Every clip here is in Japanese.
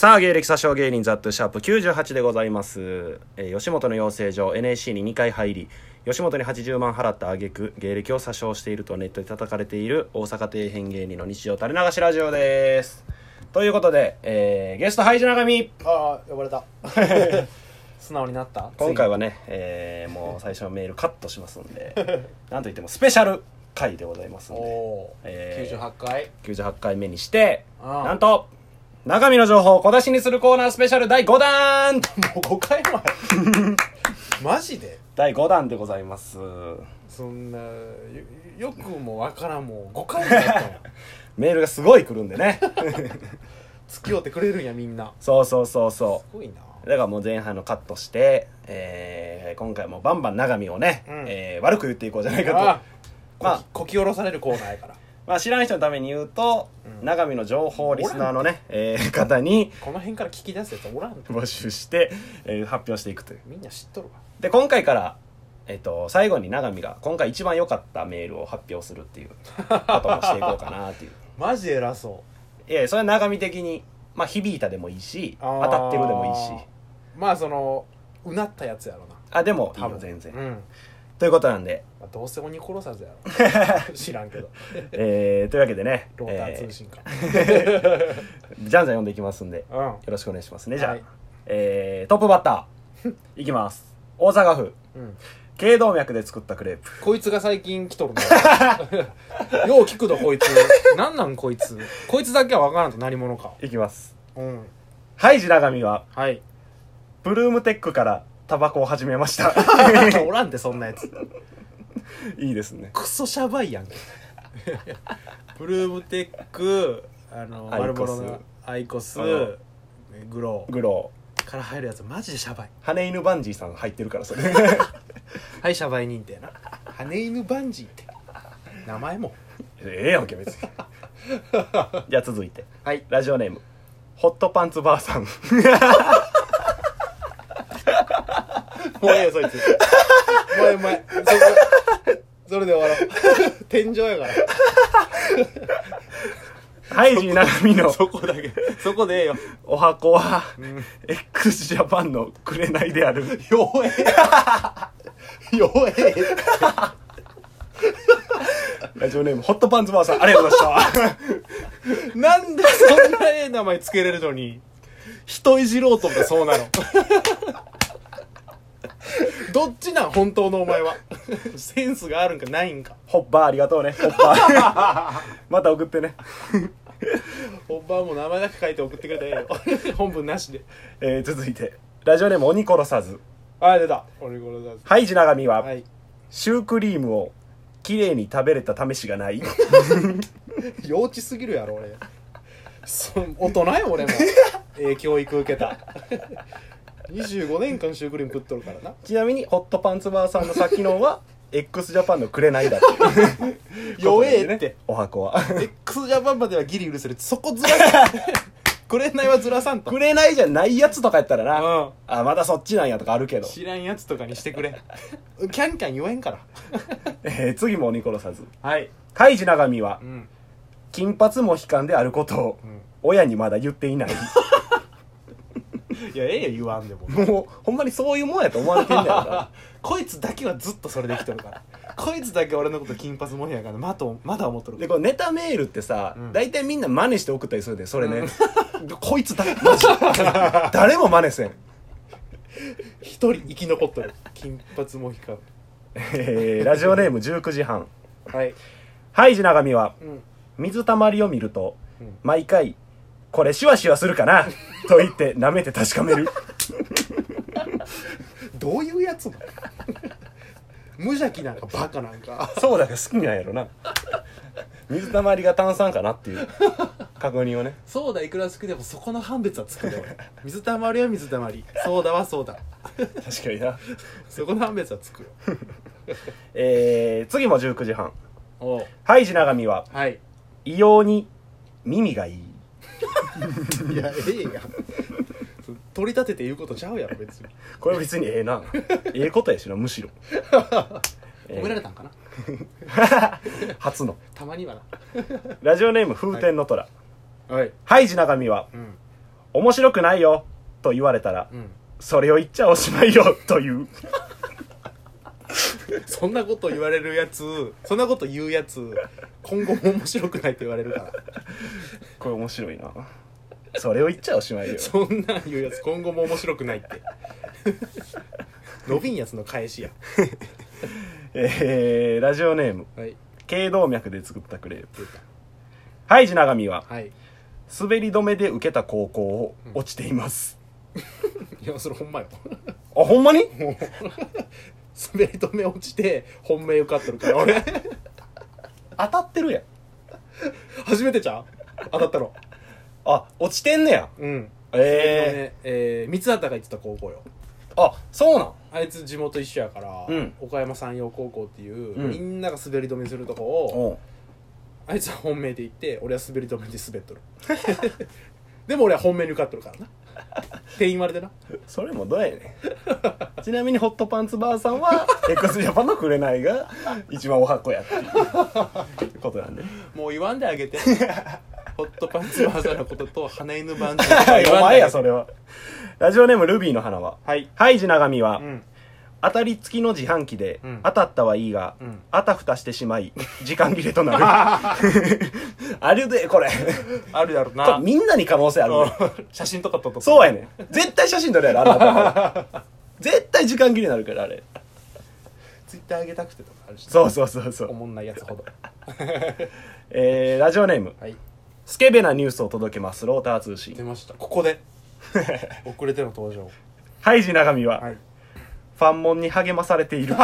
さあ芸歴詐称芸人ザットシャープ98でございます。吉本の養成所 NSC に2回入り、吉本に80万払った挙句芸歴を詐称しているとネットで叩かれている大阪底辺芸人の日常垂れ流しラジオです。ということで、ゲストハイジ長見。 ああ呼ばれた素直になった。 今回はね、もう最初のメールカットしますんでなんといってもスペシャル回でございますんで、98回目にしてなんと中身の情報を小出しにするコーナースペシャル第5弾。もう5回前マジで第5弾でございます。 そんな よくもわからん、もう5回目だったんやメールがすごい来るんでね付き合ってくれるんやみんな。 そうすごいな。 だからもう前半のカットして、今回もバンバン長見をね、悪く言っていこうじゃないかと。 こき下ろされるコーナーやから、 まあ、知らん人のために言うと、長見の情報をリスナーのね、方にこの辺から聞き出すやつおらん募集して、発表していくという。 みんな知っとるわ。 で今回から、最後に長見が今回一番良かったメールを発表するっていうこともしていこうかなっていうマジ偉そう。 いやそれは長見的に、まあ、響いたでもいいし当たってるでもいいし、 まあそのうなったやつやろな。 あでもいいよ全然、ということなんで、 どうせ鬼殺さずやろ知らんけどというわけでねローター通信か、 じゃんじゃん読んでいきますんで、よろしくお願いしますね。じゃあ、トップバッターいきます。大阪府、頸動脈で作ったクレープ。 こいつが最近来とるのよう聞くのこいつなんこいつだけは分からんと何者か。 いきます。ハイジ長見は、ブルームテックからタバコを始めましたおらんてそんなやついいですね。 クソシャバいやんけブルームテック、マルボロのアイコス、グローから入るやつマジでシャバい。 羽犬バンジーさん入ってるからそれはいシャバい認定な。羽犬バンジーって名前もやんけ別にじゃあ続いて、ラジオネームホットパンツばあさんもうええよそいつもうそれで終わろう天井やからハイジ長見のそこだけそこでええよ。 お箱は、x ジャパンの紅である。 弱えラジオネームホットパンツばあさん、ありがとうございましたなんでそんなええ名前つけれるのに人いじろうと思ってそうなのどっちなん本当のお前はセンスがあるんかないんか。 ホッバーありがとうね。ホッバーまた送ってねホッバーも名前だけ書いて送ってくれたらええよ本文なしで。 続いてラジオネーム鬼殺さず。 出た鬼殺さず。 ハイジ長見は、シュークリームをきれいに食べれた試しがない幼稚すぎるやろ俺大人よ俺も教育受けた25年間シュークリーム食っとるからな。 ちなみにホットパンツばあさんのさっきのはx ジャパンの紅だっていう弱えってお箱は x ジャパンまではギリ許せる。そこずらさ紅はずらさんと。 紅じゃないやつとかやったらな、まだそっちなんやとかあるけど、 知らんやつとかにしてくれキャンキャン言えんから次も鬼殺さず。ハイジ長見は、金髪モヒカンであることを、親にまだ言っていないいやええよ言わんでももうほんまにそういうもんやと思われてんだよなこいつだけはずっとそれできとるからこいつだけ俺のこと金髪もへやからまだ思っとる。 でこのネタメールってさ、大体みんな真似して送ったりするでそれね、こいつだけマジ誰も真似せん。 一人生き残っとる金髪モヒカン。 ラジオネーム19時半。ハイジ長見は、水たまりを見ると、毎回これシュワシュワするかなと言って舐めて確かめるどういうやつなの無邪気なんかバカなんかそうだけど好きなんやろな水たまりが炭酸かなっていう確認をね。 そうだいくら好きでもそこの判別はつくで水たまりは水たまり、そうだはそうだ確かになそこの判別はつくよ次も19時半。ハイジ長見は、異様に耳がいいいやええやん取り立てて言うことちゃうやろ別に。 これ別にええなええことやしなむしろ褒められたんかな初のたまにはなラジオネーム風天の虎。ハイジ長見は、 面白くないよと言われたら、 うん、 それを言っちゃおしまいよというそんなこと言われるやつ、そんなこと言うやつ今後も面白くないって言われるからこれ面白いな。それを言っちゃおしまいよ。 そんなん言うやつ今後も面白くないって伸びんやつの返しやラジオネーム、 はい、 頸動脈で作ったクレープ。ハイジ長見は、 はい、 滑り止めで受けた高校を落ちています、 いやそれほんまよあ、ほんまに滑り止め落ちて本命受かっとるから俺当たってるやん。 初めてちゃう当たったの。 あ、落ちてんねや。 うん三畑が行ってた高校よ。 あ、そうなん。 あいつ地元一緒やから、 うん岡山山陽高校っていう、 うんみんなが滑り止めするとこを、あいつは本命で行って俺は滑り止めで滑っとるでも俺は本命に受かっとるからな定員割れでな。 それもどうやねんちなみにホットパンツばあさんは x ジャパンの紅が一番おはこやっていうことなんでもう言わんであげてホットパンツバーサーのことと花犬番長お前やそれは。ラジオネームルビーの花は、 はい、 ハイジ長見は、 うん、 当たり付きの自販機で、 うん、 当たったはいいが、 うん、 あたふたしてしまい時間切れとなるあるでこれあるやろな。 みんなに可能性ある、ね、 写真とか撮っとそうやねん。絶対写真撮るやろあなた絶対時間切れになるからあれ。 ツイッター上げたくてとかあるし、 そうそうそうそう。 おもんないやつほどラジオネーム、 はい、 スケベなニュースを届けますローター通信。 出ました。ここで遅れての登場。 ハイジ長見は、 はい、 ファンモンに励まされている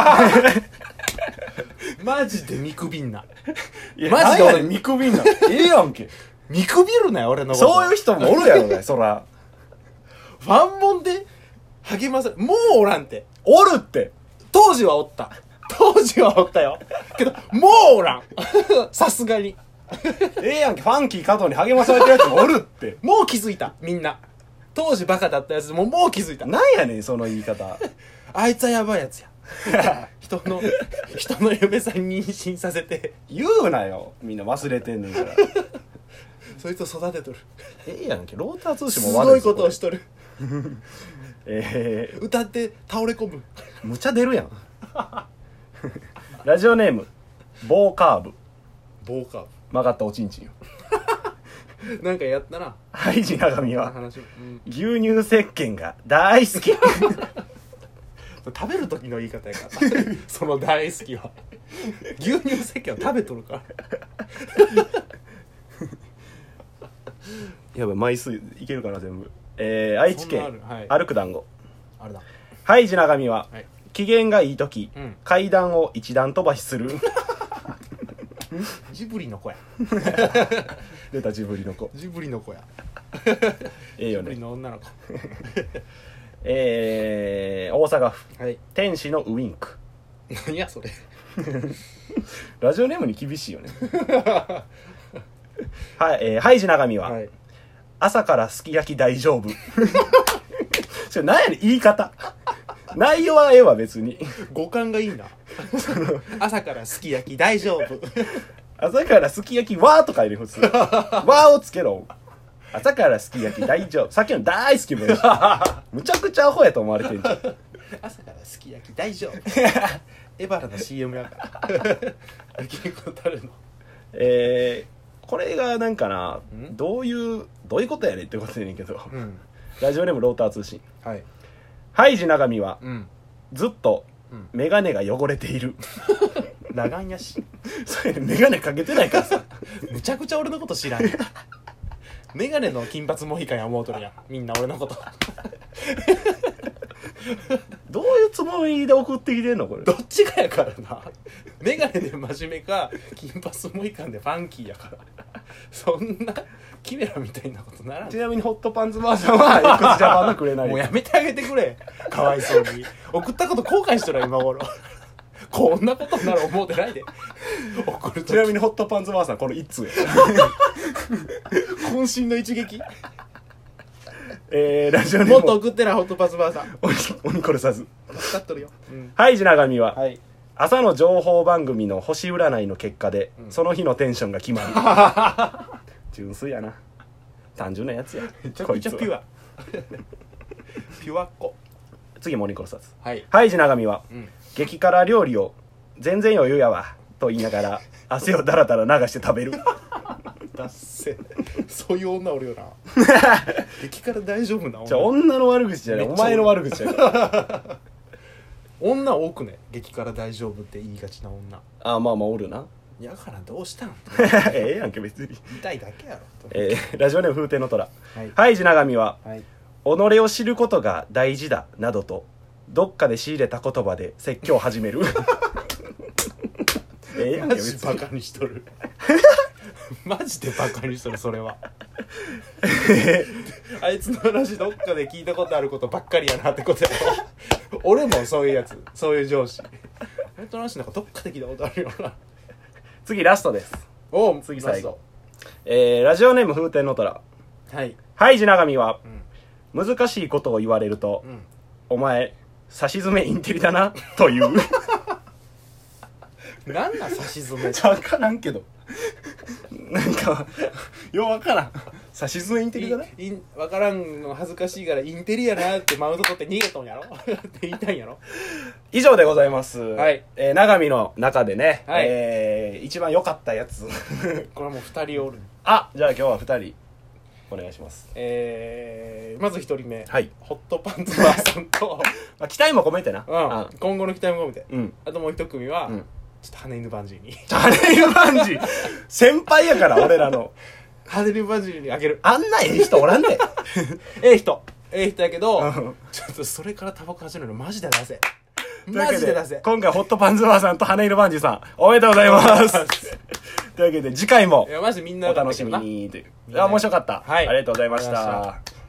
マジで見くびんな。 マジで俺見くびんなええやんけ。 見くびるなよ俺のこと。 そういう人もおるやろねそら。 ファンモンで励まされ、もうおらんて。 おるって。 当時はおった。当時はおったよけどもうおらんさすがにええやんけ。ファンキー加藤に励まされてるやつもおるってもう気づいた。みんな当時バカだったやつももう気づいた。 なんやねんその言い方あいつはやばいやつや人の嫁さんに妊娠させて言うなよ。みんな忘れてんねんからそいつを育てとる。 ええやんけ。ローター通信すも悪ごいことをしとる歌って倒れ込む。 むちゃ出るやんラジオネーム棒カーブ。 棒カー曲がったおちんちんよ。 ブなんかやったなハイジ長見は話、うん、 牛乳石鹸が大好き食べる時の言い方やからその大好きは牛乳石鹸を食べとるからやばい枚数いけるかな全部。愛知県、 はい、 歩く団子。 あれだ。 ハイジ長見は、 はい、 機嫌がいい時、 うん、 階段を一段飛ばしするジブリの子や出たジブリの子。 ジブリの子やええよね。 ジブリの女の子大阪府、 はい、 天使のウインク。 何やそれラジオネームに厳しいよねはい、ハイジ長見は、 はい、 朝からすき焼き大丈夫それ何やねん言い方。内容はええわ別に。 語感がいいな朝からすき焼き大丈夫朝からすき焼きわーとか入れ普通わーをつけろ。朝からすき焼き大丈夫。さっきの大好きもむちゃくちゃアホやと思われてんじゃん。 朝からすき焼き大丈夫エバラの CM やから聞いたことあるの。 これがなんかな、どういうことやねんってことやねんけど、 うん、 ラジオネームローター通信。 はい、 ハイジ長見は、 うん、 ずっとメガネが汚れている。 裸眼やしそれメガネかけてないからさむちゃくちゃ俺のこと知らんやんメガネの金髪モヒカンや思うとるやんみんな俺のことどういうつもりで送ってきてんのこれ。 どっちかやからな。メガネで真面目か金髪モヒカンでファンキーやからそんなキメラみたいなことならん。 ちなみにホットパンツバーさんは x ジャパンのくれない。 もうやめてあげてくれかわいそうに。送ったこと後悔しとる今頃こんなことになる思うてないで送る。 ちなみにホットパンツバーさんこの1通や渾身の一撃。 ラジオネームもっと送ってなホットパンツバーさん鬼殺さず使っとるよ、うん、 ハイジ長見は、 はい、 朝の情報番組の星占いの結果で、その日のテンションが決まる純粋やな。 単純なやつやめちゃくちゃピュアピュアっ子。 次モーニングコロサツ。 はいハイジ長見は、 うん激辛料理を全然余裕やわと言いながら汗をだらだら流して食べるだっせそういう女おるよな激辛大丈夫なじゃあ女女の悪口じゃないお前の悪口やから女多くね激辛大丈夫って言いがちな女あまあまあおるなやからどうしたんええやんけ別に、 痛いだけやろラジオネーム風天の虎。 はいハイジ長見ははい己を知ることが大事だなどとどっかで仕入れた言葉で説教を始めるええやんけ別にマジバカにしとるマジでバカにしとるそれはあいつの話どっかで聞いたことあることばっかりやなってことやろ俺もそういうやつそういう上司あいつの話なんかどっかで聞いたことあるよな次ラストです。 おう次最後ラジオネーム風天の虎。 はいハイジ長見はうん難しいことを言われると、 うんお前差し詰めインテリだなというなんなん差し詰め分からんけどなんかよう分からん差し詰めインテリだな分からんの恥ずかしいからインテリやなってマウント取って逃げとんやろって言いたいんやろ以上でございます。 はい長見の中でね、 はい一番良かったやつこれはもう2人おるあじゃあ今日は2人お願いします。 まず1人目、 はい、 ホットパンツバーさんと、 まあ、期待も込めてな、 今後の期待も込めて、 うんあともう1組は、 うんちょっと羽犬バンジーにハネルバンジー先輩やから俺らの羽犬バンジーにあげるあんなええ人おらんでええ人やけど、 うんちょっとそれからタバコ始めるのマジで出せというわけでマジで出せ今回ホットパンツバーさんとハネイルバンジーさんおめでとうございますというわけで次回もいやマジみんなお楽しみにという面白かった、 はいありがとうございましありがとうございまた。